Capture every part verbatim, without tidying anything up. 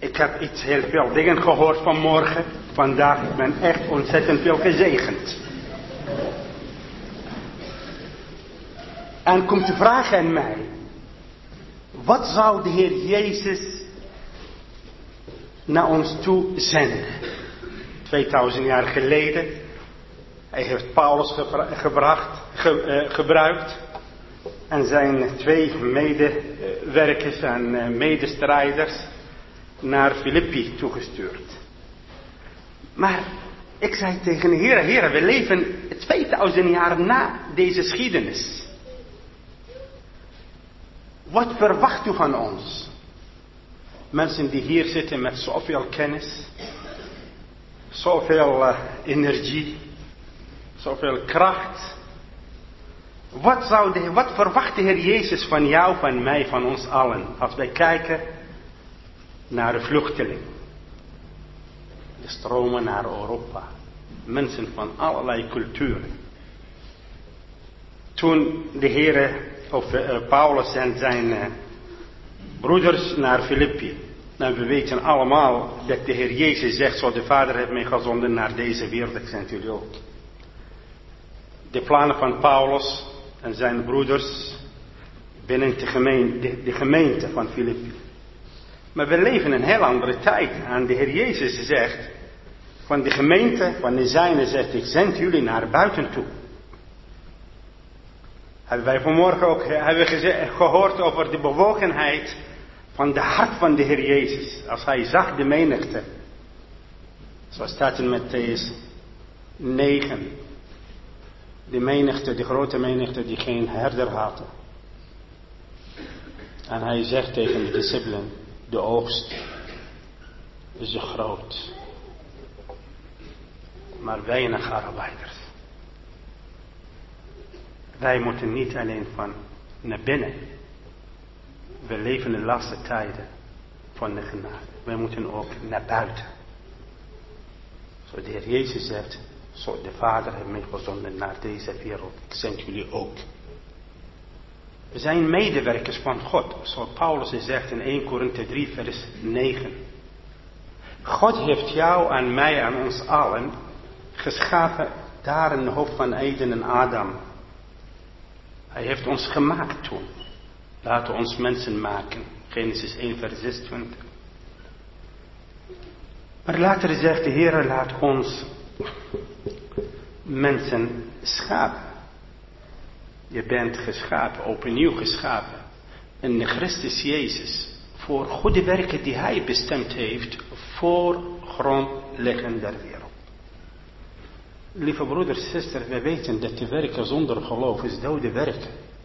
Ik heb iets heel veel dingen gehoord vanmorgen. Vandaag, ik ben echt ontzettend veel gezegend. En komt de vraag aan mij. Wat zou de Heer Jezus naar ons toe zenden? tweeduizend jaar geleden. Hij heeft Paulus gebra- gebracht, ge- uh, gebruikt. En zijn twee medewerkers en uh, medestrijders naar Filippi toegestuurd. Maar ik zei tegen de Heer, Heer, we leven tweeduizend jaar na deze geschiedenis. Wat verwacht u van ons? Mensen die hier zitten met zoveel kennis, zoveel uh, energie, zoveel kracht. Wat, zou de, wat verwacht de Heer Jezus van jou, van mij, van ons allen, als wij kijken naar de vluchteling? De stromen naar Europa. Mensen van allerlei culturen. Toen de Heer, of uh, Paulus en zijn uh, broeders naar Filippi. En we weten allemaal dat de Heer Jezus zegt, zo de Vader heeft mij gezonden naar deze wereld, dat zijn jullie ook. De plannen van Paulus en zijn broeders binnen de gemeente, de, de gemeente van Filippi. Maar we leven in een heel andere tijd. En de Heer Jezus zegt, van de gemeente, van de zijnen zegt, ik zend jullie naar buiten toe. Hebben wij vanmorgen ook hebben we gehoord over de bewogenheid van de hart van de Heer Jezus. Als hij zag de menigte. Zoals staat in Mattheüs negen. De menigte, de grote menigte die geen herder hadden. En hij zegt tegen de discipelen, de oogst is groot. Maar weinig arbeiders. Wij moeten niet alleen van naar binnen. We leven in de laatste tijden van de genade. Wij moeten ook naar buiten. Zo de Heer Jezus zegt, zo de Vader heeft mij gezonden naar deze wereld. Ik zend jullie ook. We zijn medewerkers van God. Zoals Paulus zegt in eerste Korinthe drie vers negen. God heeft jou en mij en ons allen geschapen daar in de hoofd van Eden en Adam. Hij heeft ons gemaakt toen. Laten we ons mensen maken. Genesis één vers zesentwintig. Maar later zegt de Heer, laat ons mensen schapen. Je bent geschapen, opnieuw geschapen. In de Christus Jezus. Voor goede werken die Hij bestemd heeft. Voor grondlegging der wereld. Lieve broeders, zusters, we weten dat de werken zonder geloof is dode werken.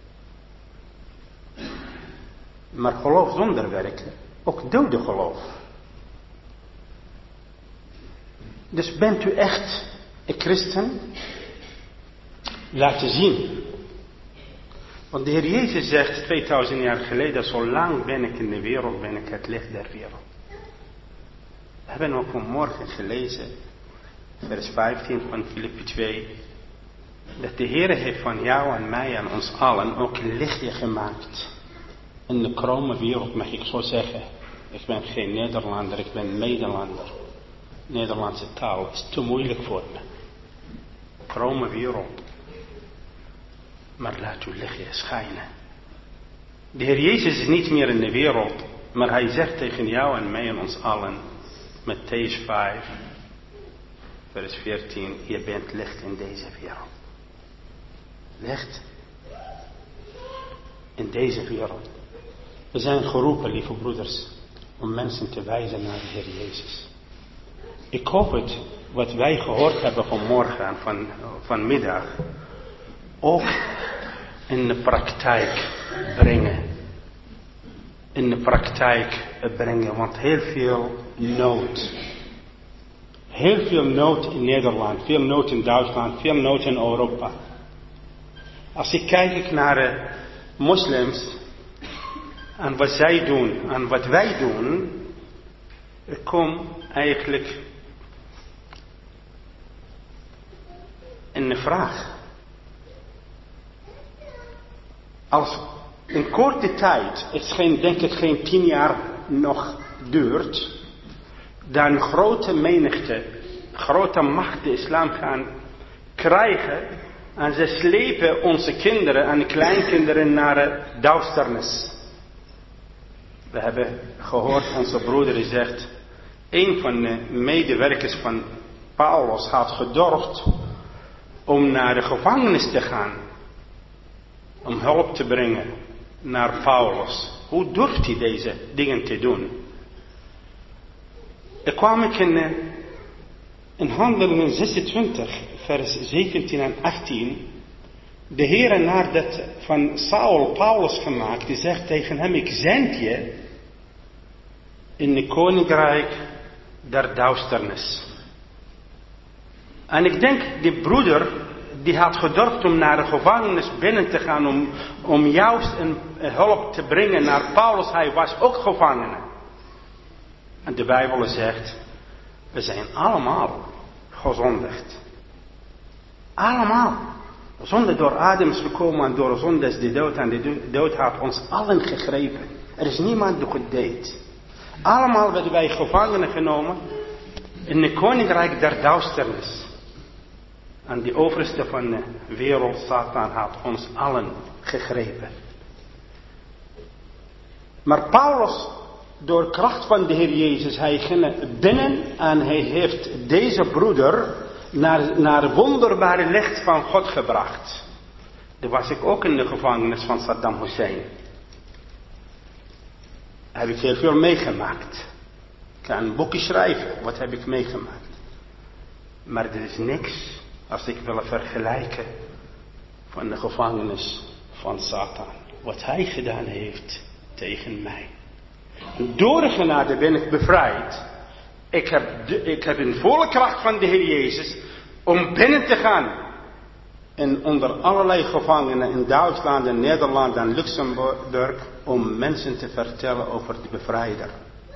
Maar geloof zonder werken, ook dode geloof. Dus bent u echt een christen? Laten zien. Want de Heer Jezus zegt tweeduizend jaar geleden, zolang ben ik in de wereld, ben ik het licht der wereld. We hebben ook vanmorgen gelezen, vers vijftien van Filippi twee, dat de Heer heeft van jou en mij en ons allen ook lichtje gemaakt. In de krome wereld mag ik zo zeggen. Ik ben geen Nederlander, ik ben Nederlander. Nederlandse taal is te moeilijk voor me. Krome wereld. Maar laat uw lichtje schijnen. De Heer Jezus is niet meer in de wereld, maar Hij zegt tegen jou en mij en ons allen, Mattheüs vijf, vers veertien, je bent licht in deze wereld. Licht in deze wereld. We zijn geroepen, lieve broeders, om mensen te wijzen naar de Heer Jezus. Ik hoop het, wat wij gehoord hebben vanmorgen en van, vanmiddag, ook in de praktijk brengen. In de praktijk brengen, want heel veel nood. Heel veel nood in Nederland, veel nood in Duitsland, veel nood in Europa. Als ik kijk naar de moslims en wat zij doen en wat wij doen, ik kom eigenlijk in de vraag. Als in korte tijd, het schijnt denk ik geen tien jaar nog duurt, dan grote menigte, grote macht de islam gaan krijgen. En ze slepen onze kinderen en kleinkinderen naar de duisternis. We hebben gehoord, onze broeder zegt, een van de medewerkers van Paulus had gedurfd om naar de gevangenis te gaan. Om hulp te brengen naar Paulus. Hoe durft hij deze dingen te doen? Er kwam ik in, in Handelingen zesentwintig, vers zeventien en achttien. De Heere nadat van Saul Paulus gemaakt, die zegt tegen hem, ik zend je in het koninkrijk der duisternis. En ik denk, die broeder, die had gedurfd om naar de gevangenis binnen te gaan, om, om juist een, een hulp te brengen naar Paulus. Hij was ook gevangene. En de Bijbel zegt, we zijn allemaal gezondigd. Allemaal. Zonde door Adam is gekomen en door zonde is de dood. En de dood had ons allen gegrepen. Er is niemand die goed deed. Allemaal werden wij gevangenen genomen in het koninkrijk der duisternis. En de overste van de wereld, Satan, had ons allen gegrepen. Maar Paulus, door kracht van de Heer Jezus, hij ging binnen en hij heeft deze broeder naar, naar het wonderbare licht van God gebracht. Daar was ik ook in de gevangenis van Saddam Hussein. Heb ik heel veel meegemaakt. Ik kan een boekje schrijven, wat heb ik meegemaakt. Maar er is niks als ik wil vergelijken van de gevangenis van Satan. Wat hij gedaan heeft tegen mij. Door de genade ben ik bevrijd. Ik heb, de, ik heb in volle kracht van de Heer Jezus om binnen te gaan. En onder allerlei gevangenen in Duitsland en Nederland en Luxemburg om mensen te vertellen over de bevrijder.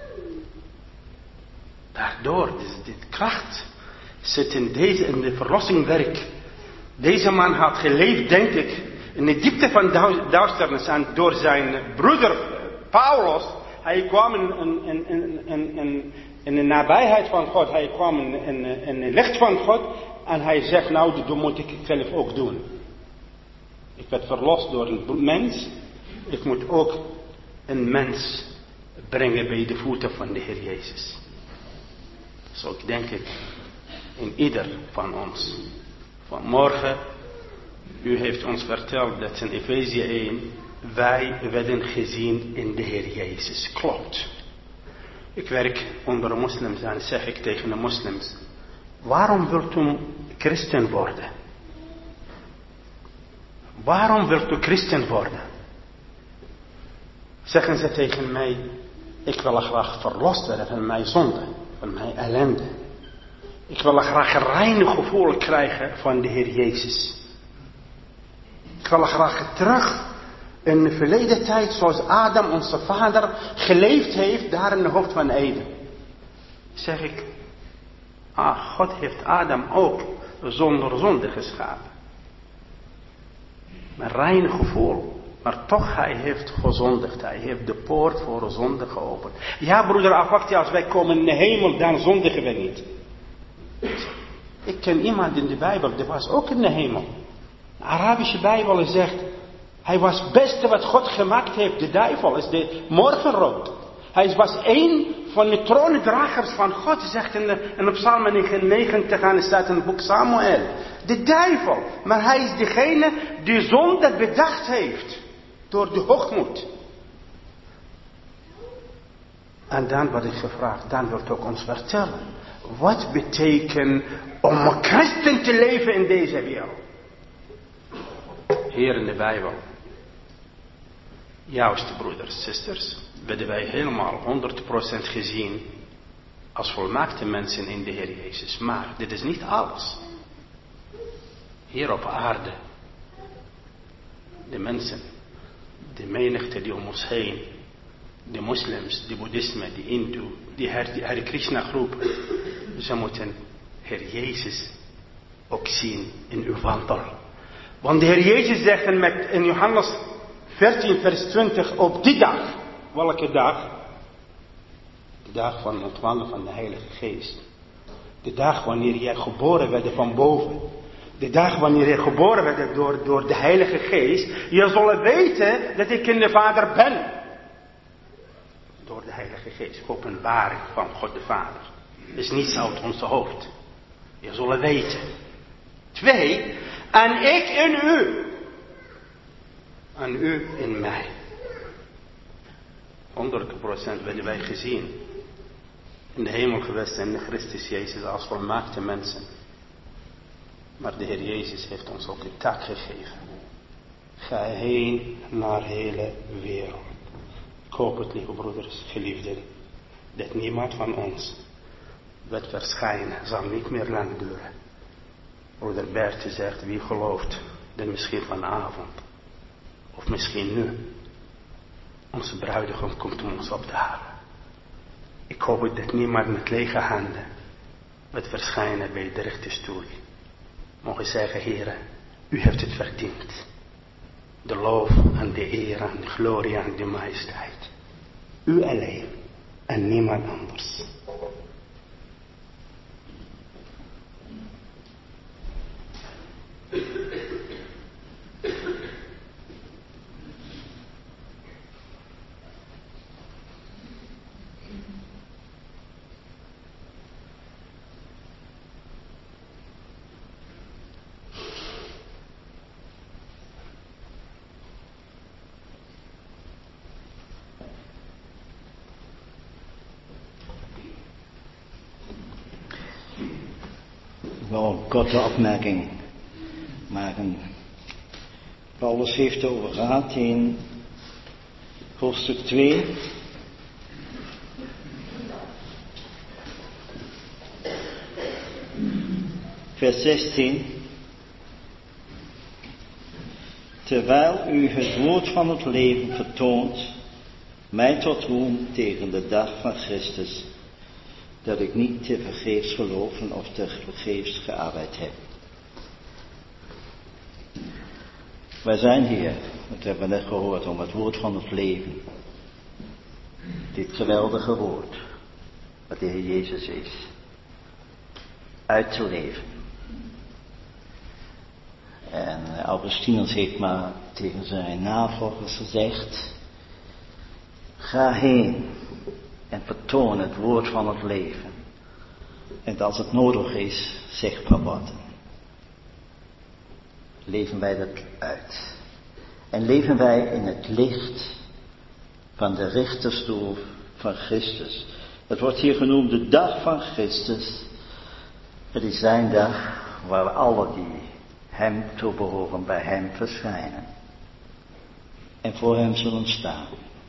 Daardoor, dus dit kracht zit in deze, in de verlossingwerk. Deze man had geleefd, denk ik, in de diepte van duisternis. En door zijn broeder Paulus, hij kwam in, in, in, in, in, in de nabijheid van God. Hij kwam in, in, in het licht van God. En hij zegt, nou, dat moet ik zelf ook doen. Ik werd verlost door een mens. Ik moet ook een mens brengen bij de voeten van de Heer Jezus. Zo denk ik in ieder van ons. Vanmorgen, u heeft ons verteld dat in Efeze één, wij werden gezien in de Heer Jezus. Klopt. Ik werk onder moslims en zeg ik tegen de moslims, waarom wilt u christen worden? Waarom wilt u christen worden? Zeggen ze tegen mij, ik wil graag verlost worden van mijn zonde, van mijn ellende. Ik wil graag een reine gevoel krijgen van de Heer Jezus. Ik wil graag terug in de verleden tijd, zoals Adam, onze vader, geleefd heeft daar in de hoofd van Eden. Zeg ik, ah, God heeft Adam ook zonder zonde geschapen. Een rein gevoel, maar toch hij heeft gezondigd. Hij heeft de poort voor de zonde geopend. Ja, broeder Afwakti, als wij komen in de hemel, dan zondigen we niet. Ik ken iemand in de Bijbel, die was ook in de hemel. De Arabische Bijbel zegt, hij was het beste wat God gemaakt heeft. De duivel is de morgenrood. Hij was één van de troondragers van God, zegt in, de, in Psalm negenennegentig en staat in het boek Samuel. De duivel, maar hij is degene die zonde bedacht heeft. Door de hoogmoed. En dan word ik gevraagd, dan wilt u ook ons vertellen. Wat betekent om een christen te leven in deze wereld? Hier in de Bijbel. Juist, broeders, zusters, werden wij helemaal honderd procent gezien als volmaakte mensen in de Heer Jezus. Maar dit is niet alles. Hier op aarde, de mensen, de menigte die om ons heen, de moslims, de boeddhisme, de hindoe, die Hare Krishna groep, ze moeten Heer Jezus ook zien in uw wandel. Want de Heer Jezus zegt in Johannes veertien vers twintig, op die dag, welke dag? De dag van het ontvangen van de Heilige Geest. De dag wanneer jij geboren werd van boven. De dag wanneer je geboren werd door, door de Heilige Geest. Je zal weten dat ik in de Vader ben. Door de Heilige Geest. Openbaring van God de Vader. Is niets uit ons hoofd. Je zal weten. Twee. En ik in u. En u in mij. honderd procent werden wij gezien. In de hemel geweest in de Christus Jezus als volmaakte mensen. Maar de Heer Jezus heeft ons ook de taak gegeven. Ga heen naar de hele wereld. Ik hoop het, lieve broeders, geliefden, dat niemand van ons het verschijnen zal niet meer lang duren. Broeder Bertje zegt, wie gelooft, dat misschien vanavond, of misschien nu, onze bruidegom komt om ons op te halen. Ik hoop dat niemand met lege handen het verschijnen bij de rechterstoel. Mogen zeggen, Heere, u heeft het verdiend. De lof en de eer en de glorie en de majesteit. U alleen en niemand anders. Wel een korte opmerking maken. Paulus heeft erover gehad in hoofdstuk twee. Vers zestien. Terwijl u het woord van het leven vertoont, mij tot roem tegen de dag van Christus, dat ik niet te vergeefs geloven of te vergeefs gearbeid heb. Wij zijn hier, dat hebben we net gehoord, om het woord van het leven. Dit geweldige woord, wat de Heer Jezus is, uit te leven. En Augustinus heeft maar tegen zijn navolgers gezegd, ga heen en vertoon het woord van het leven. En als het nodig is, zeg verboden. Leven wij dat uit. En leven wij in het licht van de rechterstoel van Christus. Het wordt hier genoemd de dag van Christus. Het is zijn dag waar we alle die hem toebehoren bij hem verschijnen. En voor hem zullen staan.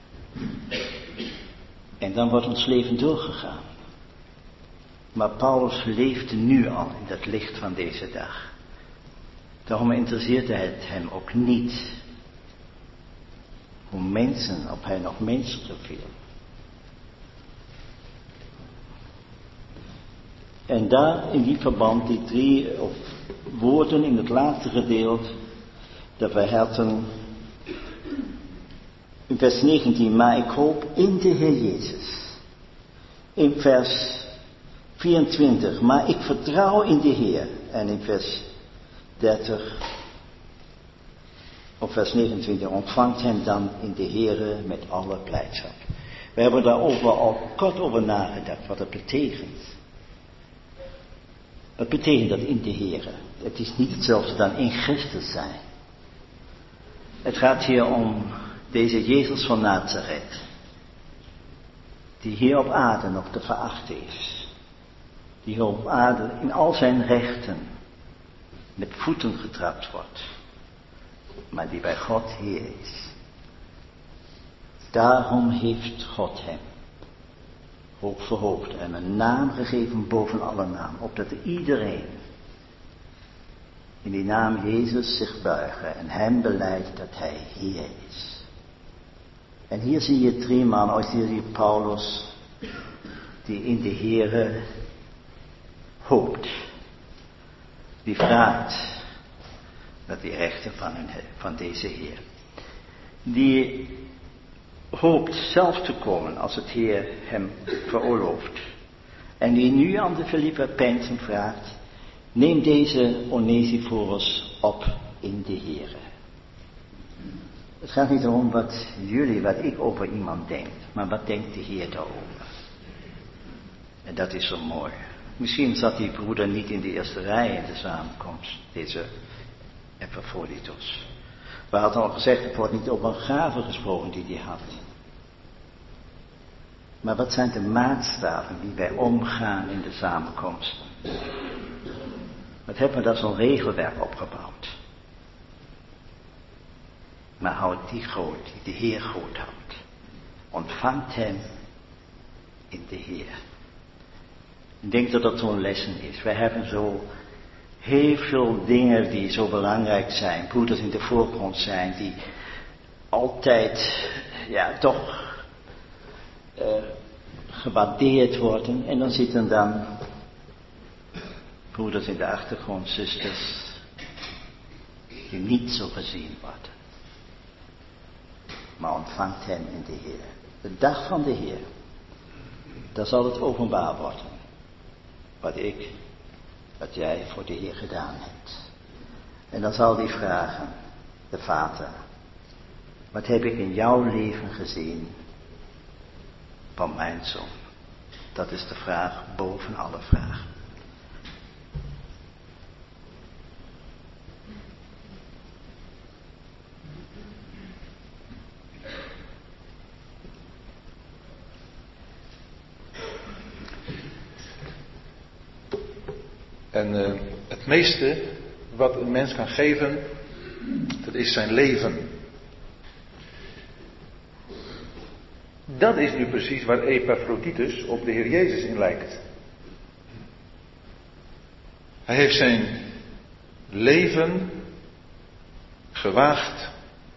En dan wordt ons leven doorgegaan. Maar Paulus leefde nu al in dat licht van deze dag. Daarom interesseerde het hem ook niet hoe mensen, op hij nog mensen viel. En daar in die verband, die drie of woorden in het laatste gedeelte, dat wij hadden in vers negentien, maar ik hoop in de Heer Jezus. In vers vierentwintig, maar ik vertrouw in de Heer. En in vers dertig, of vers negenentwintig, ontvangt hem dan in de Heere met alle blijdschap. We hebben daarover al kort over nagedacht, wat dat betekent. Wat betekent dat in de Heere? Het is niet hetzelfde dan in Christus zijn. Het gaat hier om deze Jezus van Nazareth, die hier op aarde nog te verachten is. Die hier op aarde in al zijn rechten met voeten getrapt wordt. Maar die bij God Heer is. Daarom heeft God hem hoog verhoogd en een naam gegeven boven alle naam. Opdat iedereen in die naam Jezus zich buigen en hem beleidt dat hij Heer is. En hier zie je drie mannen, als hier zie je Paulus, die in de Heere hoopt. Die vraagt dat die rechten van, hun, van deze Heer. Die hoopt zelf te komen als het Heer hem veroorlooft. En die nu aan de Filipper peinzen vraagt, neem deze Onesiphorus op in de Heere. Het gaat niet om wat jullie, wat ik over iemand denk, maar wat denkt de Heer daarover. En dat is zo mooi. Misschien zat die broeder niet in de eerste rij in de samenkomst, deze Epaphroditus. We hadden al gezegd, het wordt niet over een gave gesproken die hij had. Maar wat zijn de maatstaven die wij omgaan in de samenkomsten? Wat hebben we daar zo'n regelwerk opgebouwd? Maar houdt die groot, die de Heer groot houdt. Ontvangt hem in de Heer. Ik denk dat dat zo'n lessen is. Wij hebben zo heel veel dingen die zo belangrijk zijn. Broeders in de voorgrond zijn. Die altijd, ja, toch uh, gewaardeerd worden. En dan zitten dan broeders in de achtergrond, zusters, die niet zo gezien worden. Maar ontvangt hem in de Heer. De dag van de Heer. Daar zal het openbaar worden. Wat ik, wat jij voor de Heer gedaan hebt. En dan zal hij vragen, de Vader, wat heb ik in jouw leven gezien van mijn zoon? Dat is de vraag boven alle vragen. En uh, het meeste wat een mens kan geven, dat is zijn leven. Dat is nu precies waar Epaphroditus op de Heer Jezus in lijkt. Hij heeft zijn leven gewaagd.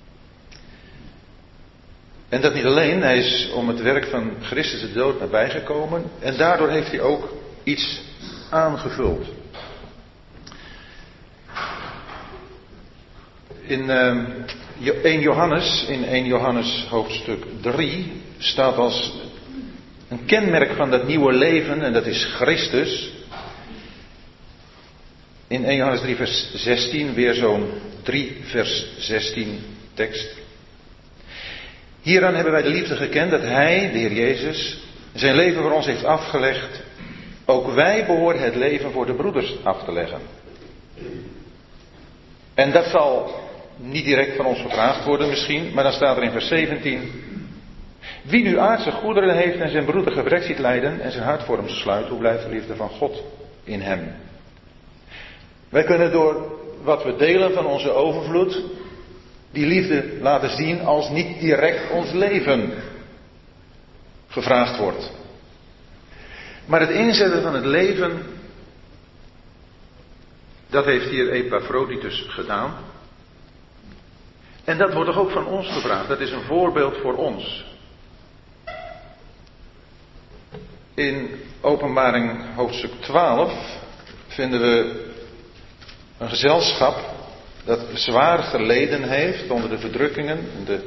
En dat niet alleen, hij is om het werk van Christus de dood nabijgekomen. En daardoor heeft hij ook iets aangevuld. In uh, één Johannes, in één Johannes hoofdstuk drie, staat als een kenmerk van dat nieuwe leven, en dat is Christus. In één Johannes drie vers zestien, weer zo'n drie vers zestien tekst. Hieraan hebben wij de liefde gekend dat Hij, de Heer Jezus, zijn leven voor ons heeft afgelegd. Ook wij behoren het leven voor de broeders af te leggen. En dat zal niet direct van ons gevraagd worden misschien, maar dan staat er in vers zeventien. Wie nu aardse goederen heeft en zijn broeder gebrek ziet lijden en zijn hart voor hem sluit, hoe blijft de liefde van God in hem? Wij kunnen door wat we delen van onze overvloed, die liefde laten zien als niet direct ons leven gevraagd wordt. Maar het inzetten van het leven, dat heeft hier Epaphroditus gedaan. En dat wordt toch ook van ons gevraagd. Dat is een voorbeeld voor ons. In Openbaring hoofdstuk twaalf vinden we een gezelschap dat zwaar geleden heeft onder de verdrukkingen. De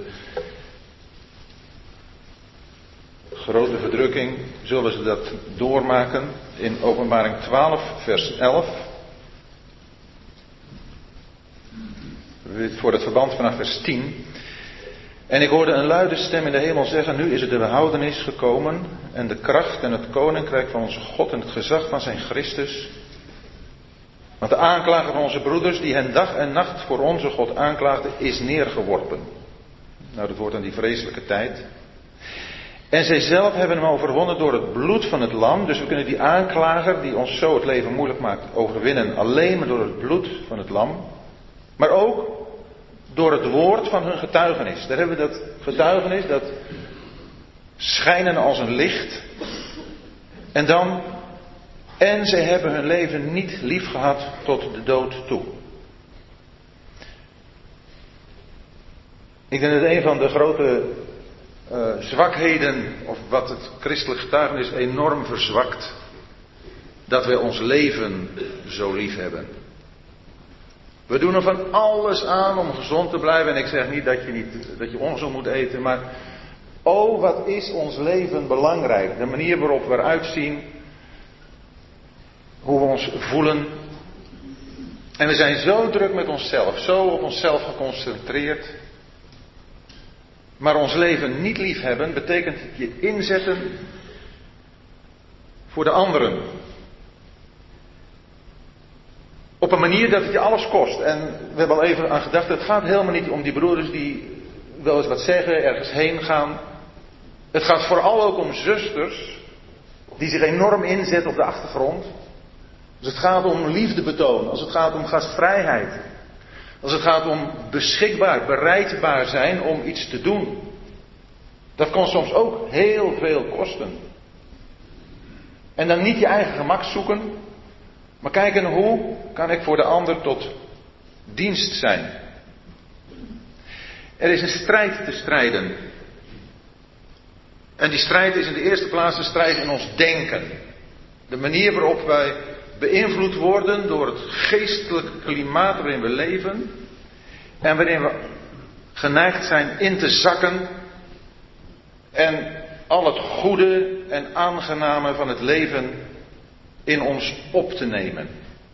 grote verdrukking zullen ze dat doormaken in Openbaring twaalf vers elf. Voor het verband vanaf vers tien. En ik hoorde een luide stem in de hemel zeggen, nu is het de behoudenis gekomen en de kracht en het koninkrijk van onze God en het gezag van zijn Christus. Want de aanklager van onze broeders, die hen dag en nacht voor onze God aanklaagde, is neergeworpen. Nou, dat wordt dan die vreselijke tijd. En zij zelf hebben hem overwonnen door het bloed van het lam. Dus we kunnen die aanklager, die ons zo het leven moeilijk maakt, overwinnen alleen maar door het bloed van het lam. Maar ook door het woord van hun getuigenis. Daar hebben we dat getuigenis, dat schijnen als een licht. En dan, en zij hebben hun leven niet lief gehad tot de dood toe. Ik denk dat een van de grote uh, zwakheden, of wat het christelijk getuigenis enorm verzwakt, dat wij ons leven zo lief hebben. We doen er van alles aan om gezond te blijven. En ik zeg niet dat je, niet, dat je ongezond moet eten, maar Oh, wat is ons leven belangrijk. De manier waarop we eruit zien. Hoe we ons voelen. En we zijn zo druk met onszelf. Zo op onszelf geconcentreerd. Maar ons leven niet liefhebben betekent je inzetten voor de anderen. Op een manier dat het je alles kost. En we hebben al even aan gedacht, het gaat helemaal niet om die broeders die wel eens wat zeggen, ergens heen gaan. Het gaat vooral ook om zusters die zich enorm inzetten op de achtergrond. Als het gaat om liefdebetoon, als het gaat om gastvrijheid. Als het gaat om beschikbaar, bereidbaar zijn om iets te doen. Dat kan soms ook heel veel kosten. En dan niet je eigen gemak zoeken, maar kijken hoe kan ik voor de ander tot dienst zijn. Er is een strijd te strijden. En die strijd is in de eerste plaats een strijd in ons denken. De manier waarop wij beïnvloed worden door het geestelijke klimaat waarin we leven. En waarin we geneigd zijn in te zakken. En al het goede en aangename van het leven in ons op te nemen.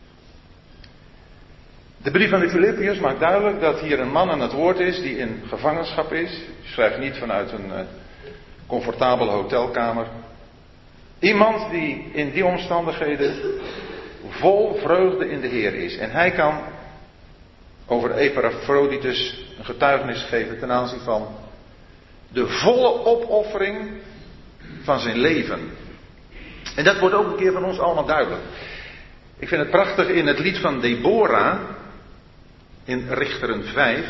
De brief van de Filippiërs maakt duidelijk dat hier een man aan het woord is die in gevangenschap is. Hij schrijft niet vanuit een uh, comfortabele hotelkamer. Iemand die in die omstandigheden vol vreugde in de Heer is. En hij kan over Epaphroditus een getuigenis geven ten aanzien van de volle opoffering van zijn leven. En dat wordt ook een keer van ons allemaal duidelijk. Ik vind het prachtig in het lied van Deborah, in Richteren vijf.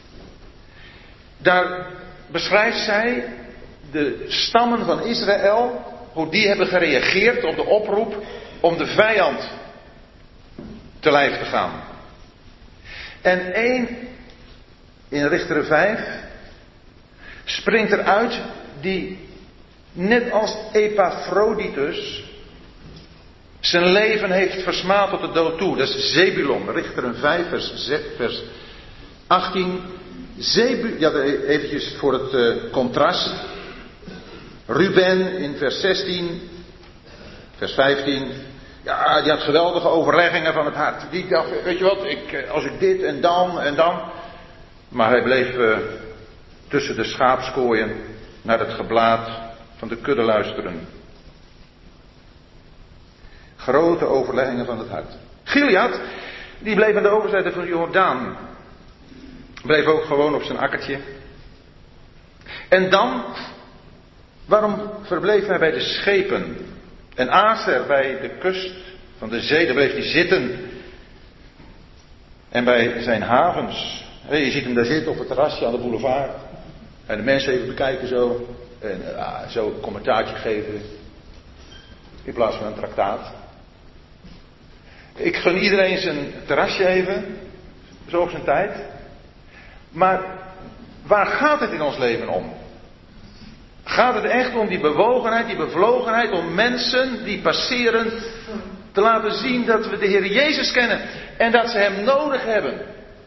Daar beschrijft zij de stammen van Israël, hoe die hebben gereageerd op de oproep om de vijand te lijf te gaan. En één in Richteren vijf springt eruit die net als Epaphroditus zijn leven heeft versmaad tot de dood toe. Dat is Zebulon, Richteren vijf, vers, vers achttien. Zebu, ja, eventjes voor het uh, contrast. Ruben in vers zestien, vers vijftien. Ja, die had geweldige overleggingen van het hart. Die dacht, weet je wat, ik, als ik dit en dan en dan. Maar hij bleef uh, tussen de schaapskooien naar het geblaat van de kudde luisteren. Grote overleggingen van het hart. Gilead, die bleef aan de overzijde van de Jordaan. Bleef ook gewoon op zijn akkertje. En dan, waarom verbleef hij bij de schepen? En Aser bij de kust van de zee, daar bleef hij zitten. En bij zijn havens. Je ziet hem daar zitten op het terrasje aan de boulevard. En de mensen even bekijken zo. En uh, zo een commentaartje geven. In plaats van een traktaat. Ik gun iedereen zijn terrasje even. Zo op zijn tijd. Maar waar gaat het in ons leven om? Gaat het echt om die bewogenheid, die bevlogenheid, om mensen die passeren te laten zien dat we de Heer Jezus kennen en dat ze Hem nodig hebben?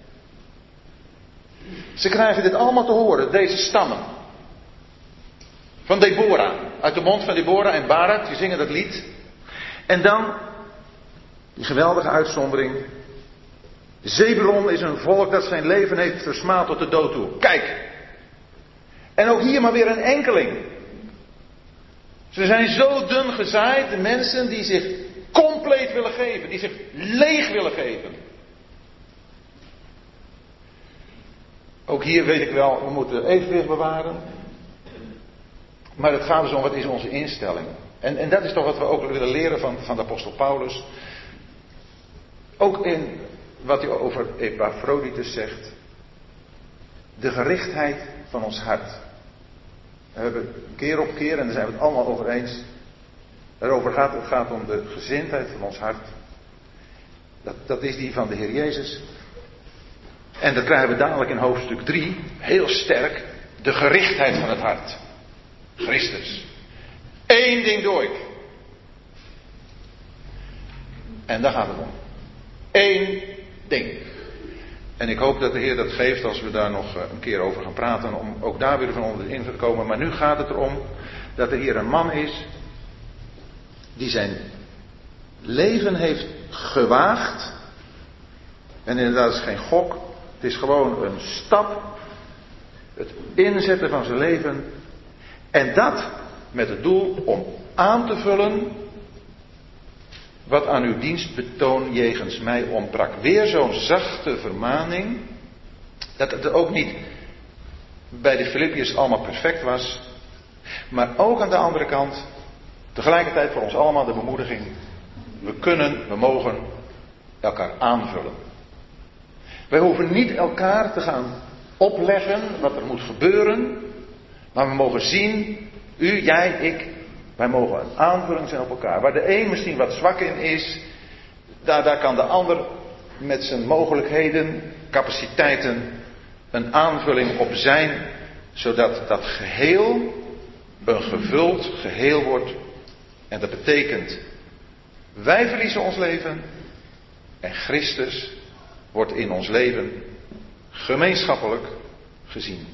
Ze krijgen dit allemaal te horen, deze stammen. Van Deborah, uit de mond van Deborah en Barak, die zingen dat lied. En dan, die geweldige uitzondering. Zebulon is een volk dat zijn leven heeft versmaad tot de dood toe. Kijk! En ook hier maar weer een enkeling. Ze zijn zo dun gezaaid, de mensen die zich compleet willen geven, die zich leeg willen geven. Ook hier weet ik wel, we moeten evenwicht bewaren. Maar het gaat dus om, wat is onze instelling? En, en dat is toch wat we ook willen leren van, van de apostel Paulus. Ook in wat hij over Epaphroditus zegt. De gerichtheid van ons hart. We hebben keer op keer, en daar zijn we het allemaal over eens. Daarover gaat het gaat om de gezindheid van ons hart. Dat, dat is die van de Heer Jezus. En dat krijgen we dadelijk in hoofdstuk drie. Heel sterk. De gerichtheid van het hart. Christus. Eén ding doe ik. En daar gaat het om. Eén ding. En ik hoop dat de Heer dat geeft als we daar nog een keer over gaan praten, om ook daar weer van onder de indruk te komen. Maar nu gaat het erom dat er hier een man is die zijn leven heeft gewaagd. En inderdaad, het is geen gok, het is gewoon een stap. Het inzetten van zijn leven. En dat met het doel om aan te vullen wat aan uw dienstbetoon jegens mij ontbrak. Weer zo'n zachte vermaning. Dat het ook niet bij de Filippiërs allemaal perfect was. Maar ook aan de andere kant tegelijkertijd voor ons allemaal de bemoediging. We kunnen, we mogen elkaar aanvullen. Wij hoeven niet elkaar te gaan opleggen wat er moet gebeuren. Maar we mogen zien, u, jij, ik. Wij mogen een aanvulling zijn op elkaar. Waar de een misschien wat zwak in is. Daar, daar kan de ander met zijn mogelijkheden, capaciteiten een aanvulling op zijn. Zodat dat geheel een gevuld geheel wordt. En dat betekent, wij verliezen ons leven. En Christus wordt in ons leven gemeenschappelijk gezien.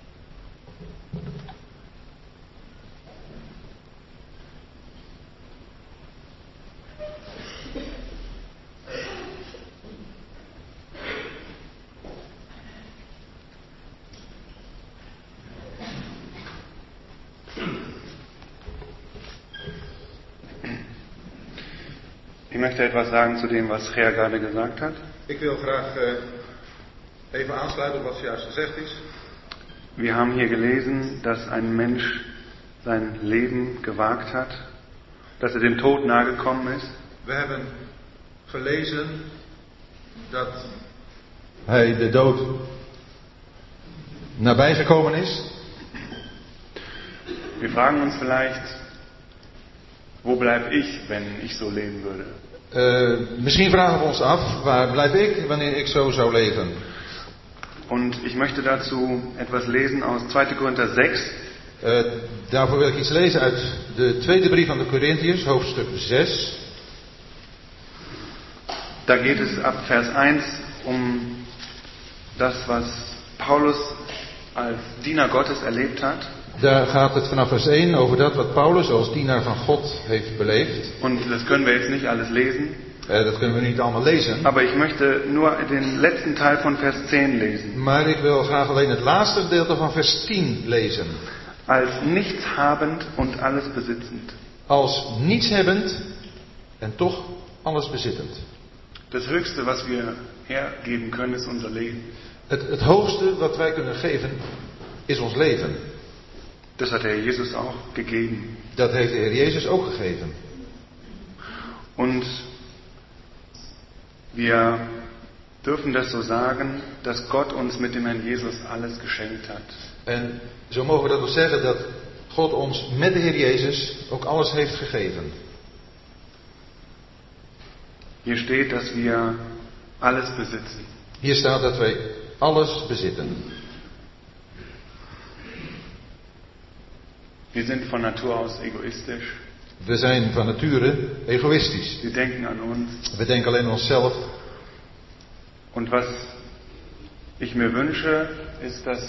Ich möchte etwas sagen zu dem, was Ger gerade gesagt hat. Ik wil graag uh, even aansluiten op wat zojuist gezegd is. Wir haben hier gelesen, dass ein Mensch sein Leben gewagt hat, dass er dem Tod nahegekommen ist. We hebben gelezen dat hij de dood nabijgekomen is. Wir fragen uns vielleicht, wo bleib ich, wenn ich so leben würde? Uh, misschien vragen we ons af, waar blijf ik wanneer ik zo zou leven? Und ich möchte dazu etwas lesen aus zweiter Korinther sechs. Uh, daarvoor wil ik iets lezen uit de tweede brief aan de Korinthiërs, hoofdstuk zes. Da geht es ab Vers eins um das, was Paulus als Diener Gottes erlebt hat. Daar gaat het vanaf vers één over dat wat Paulus als dienaar van God heeft beleefd. Und das können wir jetzt nicht alles lesen. Uh, dat kunnen we niet allemaal lezen. Aber ich möchte nur den letzten Teil von Vers zehn lesen. Maar ik wil graag alleen het laatste gedeelte van vers tien lezen. Als nichtshabend und alles besitzend. Als nietshebbend en toch alles bezittend. Das Höchste, was wir hergeben können, ist unser Leben. Het, het hoogste wat wij kunnen geven is ons leven. Das hat der Herr Jesus auch gegeben. Dat heeft de Heer Jezus ook gegeven. Und wir dürfen das so sagen, dass Gott uns mit dem Herrn Jesus alles geschenkt hat. En zo mogen we dat ook zeggen dat God ons met de Heer Jezus ook alles heeft gegeven. Hier steht, dass wir alles besitzen. Hier staat dat wij alles bezitten. Wir sind von Natur aus egoistisch. We zijn van nature egoïstisch. Wir denken an uns. We denken alleen aan onszelf. Und was ich mir wünsche, ist, dass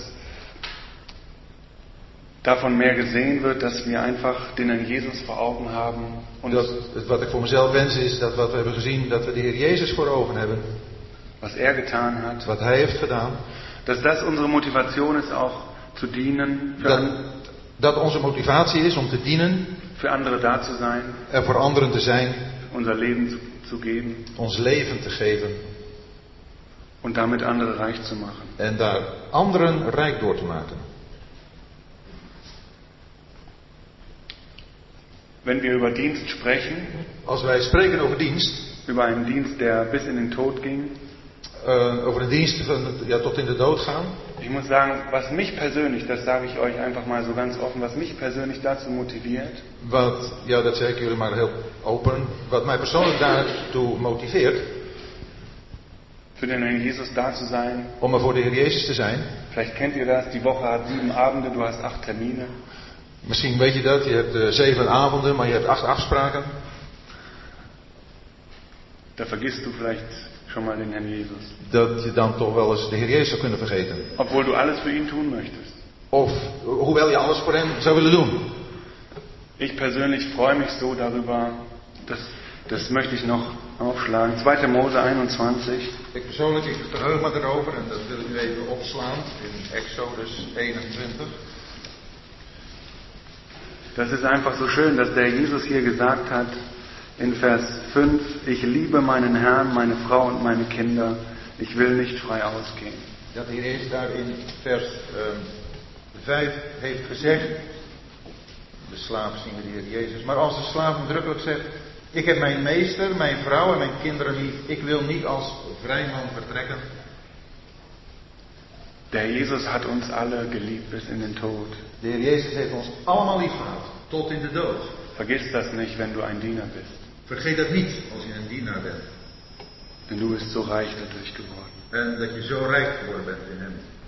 davon mehr gesehen wird, dass wir einfach den Herrn Jesus vor Augen haben. Und dat, wat ik voor mezelf wens is dat wat we hebben gezien, dat we de Heer Jezus voor ogen hebben. Was er getan hat. Wat Hij heeft gedaan. Dass das unsere Motivation ist, auch zu dienen. Für Dat, an, dat onze motivatie is om te dienen. Für andere da zu sein. Er voor anderen te zijn. Unser Leben zu, zu geben. Ons leven te geven. Und damit andere reich zu machen. En daar anderen rijk door te maken. Wenn wir über Dienst sprechen, Als wij spreken over dienst, über einen Dienst, der bis in den Tod ging, uh, over een dienst van, ja, tot in de dood gaan. ich muss sagen, was mich persönlich, das sage ich euch einfach mal so ganz offen, was mich persönlich dazu motiviert, Wat, ja, dat zeg ik jullie maar heel open. Wat mij persoonlijk daartoe motiveert, für den Herrn Jesus da zu sein. om er voor de Heer Jezus te zijn. Vielleicht kennt ihr das, die Woche hat sieben Abende, du hast acht Termine. Misschien weet je dat, je hebt uh, zeven avonden, maar je hebt acht afspraken. Da vergisst du vielleicht schon mal den Herrn Jesus. Dat je dan toch wel eens de Heer Jezus zou kunnen vergeten. Obwohl du alles für ihn tun möchtest. Of, hoewel je alles voor hem zou willen doen. Ich persönlich freue mich so darüber, das, das möchte ich noch aufschlagen. zweiter Mose einundzwanzig. Ik persoonlijk, ik verheug me erover en dat wil ik nu even opslaan in Exodus eenentwintig. Das ist einfach so schön, dass der Jesus hier gesagt hat in Vers fünf, ich liebe meinen Herrn, meine Frau und meine Kinder, ich will nicht frei ausgehen. Dat de Heer Jezus daar in vers um, vijf heeft gezegd, de slaaf zien we de Heer Jezus, maar als de slaaf nadrukkelijk zegt, ik heb mijn meester, mijn vrouw en mijn kinderen lief, ik wil niet als vrijman vertrekken. Der Jesus hat uns alle geliebt bis in den Tod. De Heer Jezus heeft ons allemaal lief gehad, tot in de dood. Vergiss das nicht, wenn du ein Diener bist. Vergeet dat niet als je een dienaar bent. Denn du bist so reich dadurch geworden. En dat je zo rijk geworden bent in hem.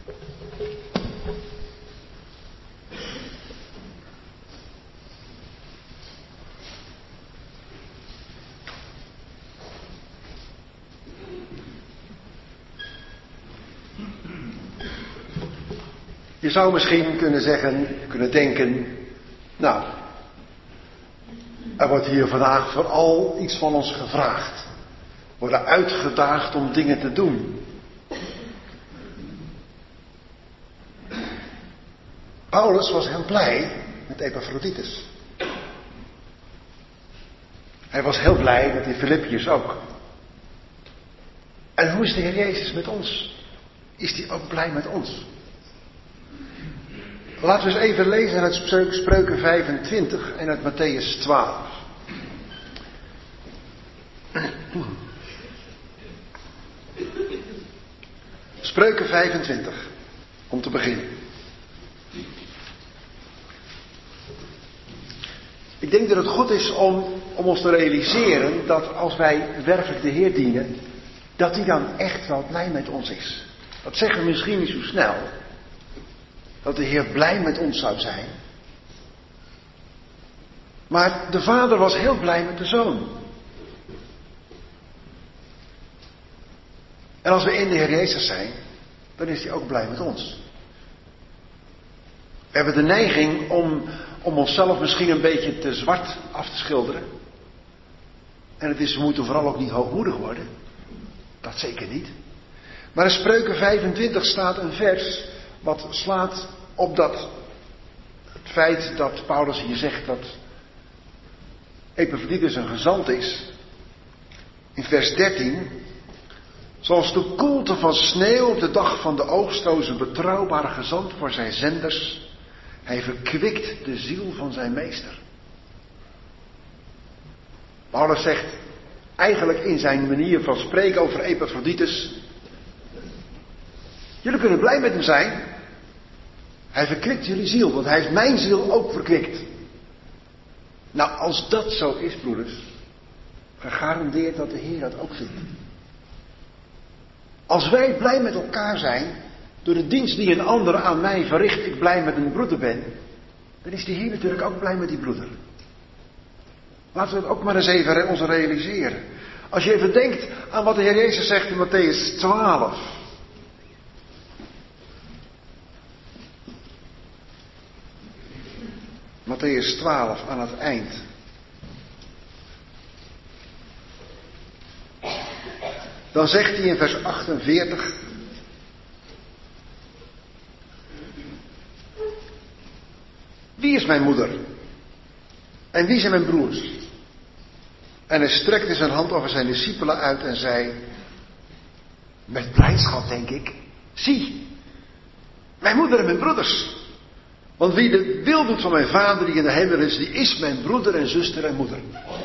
Je zou misschien kunnen zeggen, kunnen denken, nou, er wordt hier vandaag vooral iets van ons gevraagd. We worden uitgedaagd om dingen te doen. Paulus was heel blij met Epaphroditus. Hij was heel blij met die Filippiërs ook. En hoe is de Heer Jezus met ons? Is hij ook blij met ons? Laten we eens even lezen uit Spreuken vijfentwintig en uit Mattheüs twaalf. Spreuken vijfentwintig, om te beginnen. Ik denk dat het goed is om, om ons te realiseren dat als wij werkelijk de Heer dienen, dat hij dan echt wel blij met ons is. Dat zeggen we misschien niet zo snel. Dat de Heer blij met ons zou zijn. Maar de Vader was heel blij met de Zoon. En als we in de Heer Jezus zijn, dan is hij ook blij met ons. We hebben de neiging om, om onszelf misschien een beetje te zwart af te schilderen. En het is, we moeten vooral ook niet hoogmoedig worden. Dat zeker niet. Maar in Spreuken vijfentwintig staat een vers wat slaat op dat het feit dat Paulus hier zegt dat Epaphroditus een gezant is. In vers dertien. Zoals de koelte van sneeuw op de dag van de oogst, zo is een betrouwbare gezant voor zijn zenders. Hij verkwikt de ziel van zijn meester. Paulus zegt eigenlijk in zijn manier van spreken over Epaphroditus: jullie kunnen blij met hem zijn. Hij verkwikt jullie ziel, want hij heeft mijn ziel ook verkwikt. Nou, als dat zo is, broeders, gegarandeerd dat de Heer dat ook vindt. Als wij blij met elkaar zijn, door de dienst die een ander aan mij verricht, ik blij met een broeder ben, dan is de Heer natuurlijk ook blij met die broeder. Laten we het ook maar eens even ons realiseren. Als je even denkt aan wat de Heer Jezus zegt in Mattheüs twaalf. Mattheüs twaalf aan het eind. Dan zegt hij in vers achtenveertig. Wie is mijn moeder? En wie zijn mijn broers? En hij strekte zijn hand over zijn discipelen uit en zei, met blijdschap denk ik, zie, mijn moeder en mijn broeders. Want wie de wil doet van mijn Vader die in de hemel is, die is mijn broeder en zuster en moeder.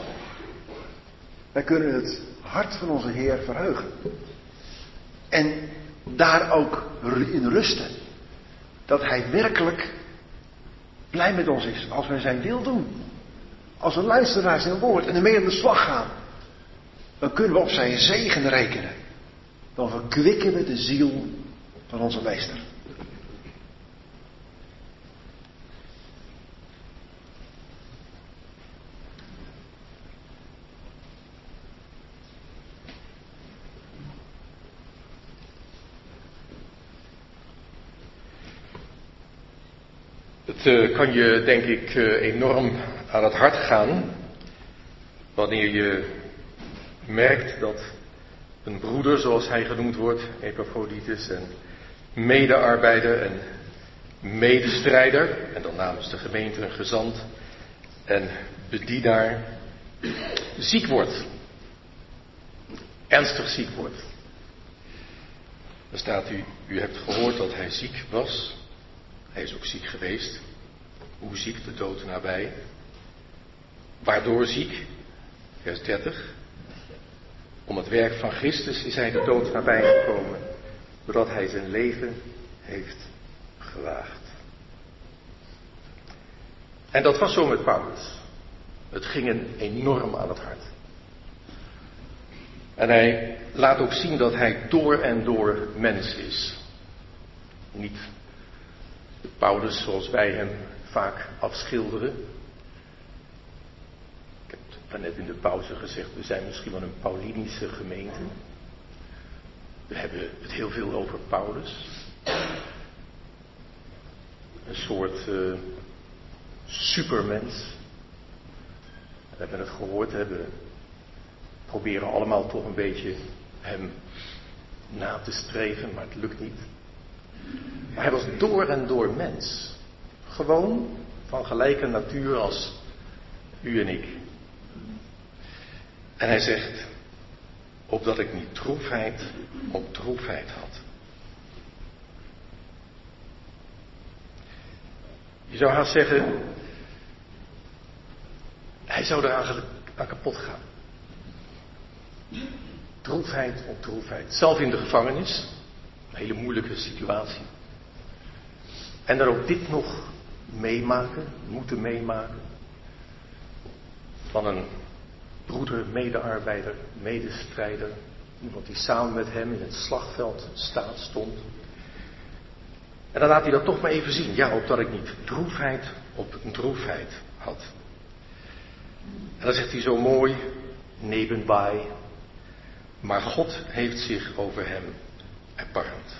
Wij kunnen het hart van onze Heer verheugen. En daar ook in rusten. Dat Hij werkelijk blij met ons is als wij zijn wil doen. Als we luisteren naar zijn woord en ermee aan de slag gaan. Dan kunnen we op zijn zegen rekenen. Dan verkwikken we de ziel van onze meester. Het uh, kan je, denk ik, uh, enorm aan het hart gaan wanneer je merkt dat een broeder, zoals hij genoemd wordt, Epaphroditus, en medearbeider en medestrijder, en dan namens de gemeente een gezant en bedienaar, ziek wordt. Ernstig ziek wordt. Dan staat u, u hebt gehoord dat hij ziek was. Hij is ook ziek geweest. Hoe ziek? De dood nabij. Waardoor ziek? Vers dertig. Om het werk van Christus is hij de dood nabij gekomen, doordat hij zijn leven heeft gewaagd. En dat was zo met Paulus. Het ging hem enorm aan het hart. En hij laat ook zien dat hij door en door mens is. Niet de Paulus zoals wij hem vaak afschilderen. Ik heb net in de pauze gezegd, we zijn misschien wel een Paulinische gemeente. We hebben het heel veel over Paulus. Een soort uh, supermens. We hebben het gehoord, we proberen allemaal toch een beetje hem na te streven, maar het lukt niet. Maar hij was door en door mens. Gewoon van gelijke natuur als u en ik. En hij zegt, opdat ik niet droefheid op droefheid had. Je zou haast zeggen, hij zou er eigenlijk aan kapot gaan. Droefheid op droefheid. Zelf in de gevangenis. Een hele moeilijke situatie. En dan ook dit nog meemaken, moeten meemaken. Van een broeder, medearbeider, medestrijder. Iemand die samen met hem in het slagveld staat, stond. En dan laat hij dat toch maar even zien. Ja, opdat ik niet droefheid op droefheid had. En dan zegt hij zo mooi, nebenbij. Maar God heeft zich over hem erbarmd.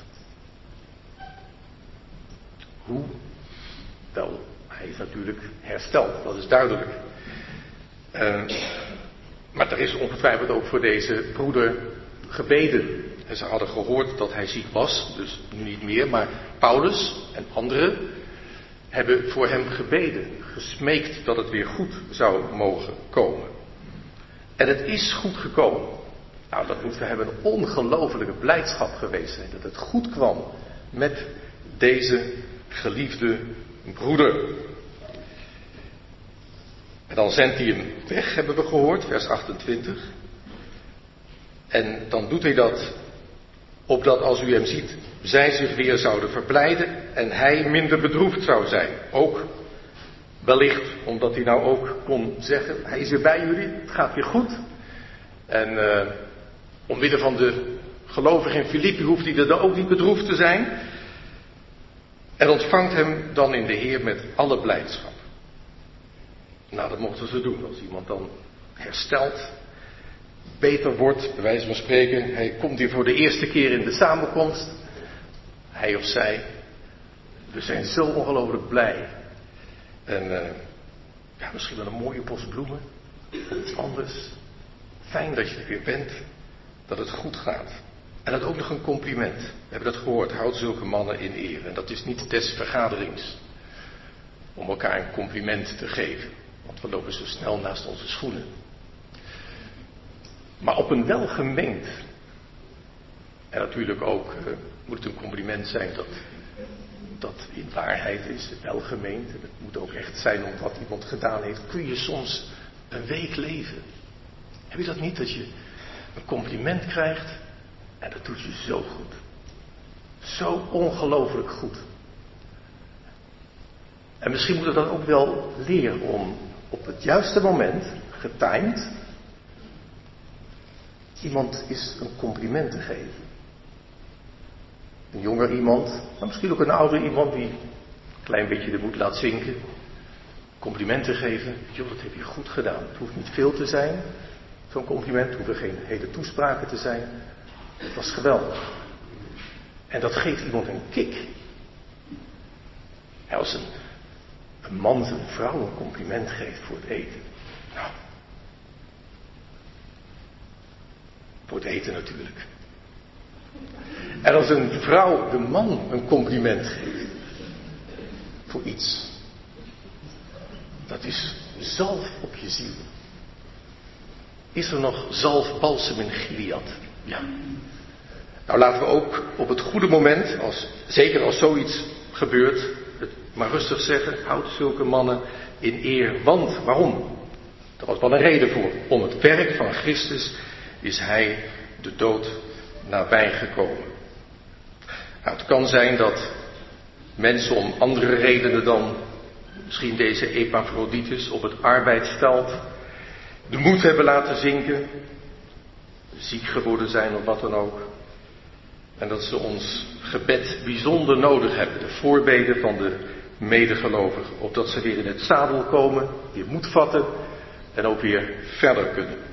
Hoe? Wel, hij is natuurlijk hersteld, dat is duidelijk. Uh, maar er is ongetwijfeld ook voor deze broeder gebeden. En ze hadden gehoord dat hij ziek was, dus nu niet meer. Maar Paulus en anderen hebben voor hem gebeden. Gesmeekt dat het weer goed zou mogen komen. En het is goed gekomen. Nou, dat moet voor hem een ongelofelijke blijdschap geweest zijn. Dat het goed kwam met deze geliefde broeder. En dan zendt hij hem weg, hebben we gehoord, vers achtentwintig. En dan doet hij dat, opdat als u hem ziet, zij zich weer zouden verblijden en hij minder bedroefd zou zijn. Ook wellicht, omdat hij nou ook kon zeggen, hij is weer bij jullie, het gaat weer goed. En uh, omwille van de gelovigen in Filippi hoeft hij er dan ook niet bedroefd te zijn. En ontvangt hem dan in de Heer met alle blijdschap. Nou, dat mochten ze doen. Als iemand dan herstelt, beter wordt, bij wijze van spreken. Hij komt hier voor de eerste keer in de samenkomst. Hij of zij. We zijn zo ongelooflijk blij. En uh, ja, misschien wel een mooie bos bloemen. Of iets anders. Fijn dat je er weer bent. Dat het goed gaat. En dat ook nog een compliment. We hebben dat gehoord. Houd zulke mannen in eer. En dat is niet des vergaderings. Om elkaar een compliment te geven. Want we lopen zo snel naast onze schoenen. Maar op een welgemeend. En natuurlijk ook uh, moet het een compliment zijn dat dat in waarheid is. Welgemeend. En het moet ook echt zijn om wat iemand gedaan heeft. Kun je soms een week leven. Heb je dat niet? Dat je een compliment krijgt. En dat doet je zo goed. Zo ongelooflijk goed. En misschien moeten we dat ook wel leren om op het juiste moment, getimed, iemand eens een compliment te geven. Een jonger iemand, maar misschien ook een ouder iemand die een klein beetje de moed laat zinken. Complimenten geven. Joh, dat heb je goed gedaan. Het hoeft niet veel te zijn. Zo'n compliment, het hoeven geen hele toespraken te zijn. Het was geweldig. En dat geeft iemand een kick. Als een een man zijn vrouw een compliment geeft voor het eten. Nou, voor het eten natuurlijk. En als een vrouw de man een compliment geeft voor iets, dat is zalf op je ziel. Is er nog zalf balsem in Gilead? Ja. Nou, laten we ook op het goede moment, als, zeker als zoiets gebeurt, het maar rustig zeggen, houd zulke mannen in eer. Want, waarom? Er was wel een reden voor. Om het werk van Christus is hij de dood nabijgekomen. Nou, het kan zijn dat mensen om andere redenen dan misschien deze Epaphroditus op het arbeidsveld de moed hebben laten zinken, ziek geworden zijn of wat dan ook. En dat ze ons gebed bijzonder nodig hebben, de voorbeden van de medegelovigen, opdat ze weer in het zadel komen, weer moed vatten en ook weer verder kunnen.